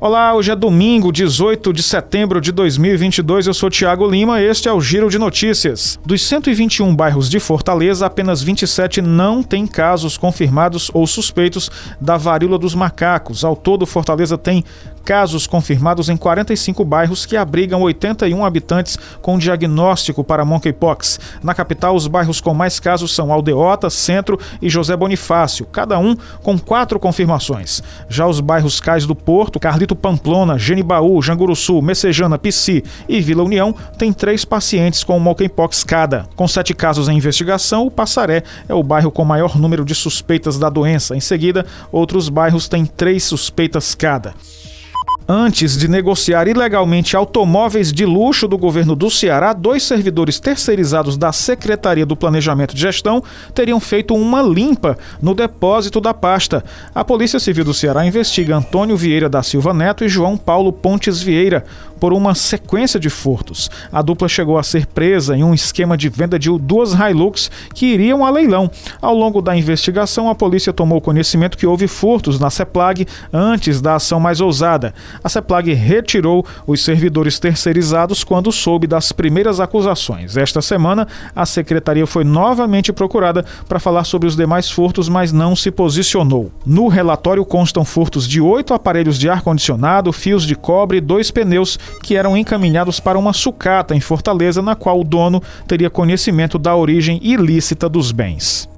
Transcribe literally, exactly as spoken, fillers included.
Olá, hoje é domingo, dezoito de setembro de dois mil e vinte e dois, eu sou Thiago Lima, este é o Giro de Notícias. Dos cento e vinte e um bairros de Fortaleza, apenas vinte e sete não têm casos confirmados ou suspeitos da varíola dos macacos. Ao todo, Fortaleza tem casos confirmados em quarenta e cinco bairros que abrigam oitenta e um habitantes com diagnóstico para monkeypox. Na capital, os bairros com mais casos são Aldeota, Centro e José Bonifácio, cada um com quatro confirmações. Já os bairros Cais do Porto, Carlito Pamplona, Genibaú, Janguruçu, Messejana, Pici e Vila União têm três pacientes com monkeypox cada. Com sete casos em investigação, o Passaré é o bairro com maior número de suspeitas da doença. Em seguida, outros bairros têm três suspeitas cada. Antes de negociar ilegalmente automóveis de luxo do governo do Ceará, dois servidores terceirizados da Secretaria do Planejamento e Gestão teriam feito uma limpa no depósito da pasta. A Polícia Civil do Ceará investiga Antônio Vieira da Silva Neto e João Paulo Pontes Vieira por uma sequência de furtos. A dupla chegou a ser presa em um esquema de venda de duas Hilux que iriam a leilão. Ao longo da investigação, a polícia tomou conhecimento que houve furtos na CEPLAG antes da ação mais ousada. A CEPLAG retirou os servidores terceirizados quando soube das primeiras acusações. Esta semana, a secretaria foi novamente procurada para falar sobre os demais furtos, mas não se posicionou. No relatório constam furtos de oito aparelhos de ar-condicionado, fios de cobre e dois pneus que eram encaminhados para uma sucata em Fortaleza, na qual o dono teria conhecimento da origem ilícita dos bens.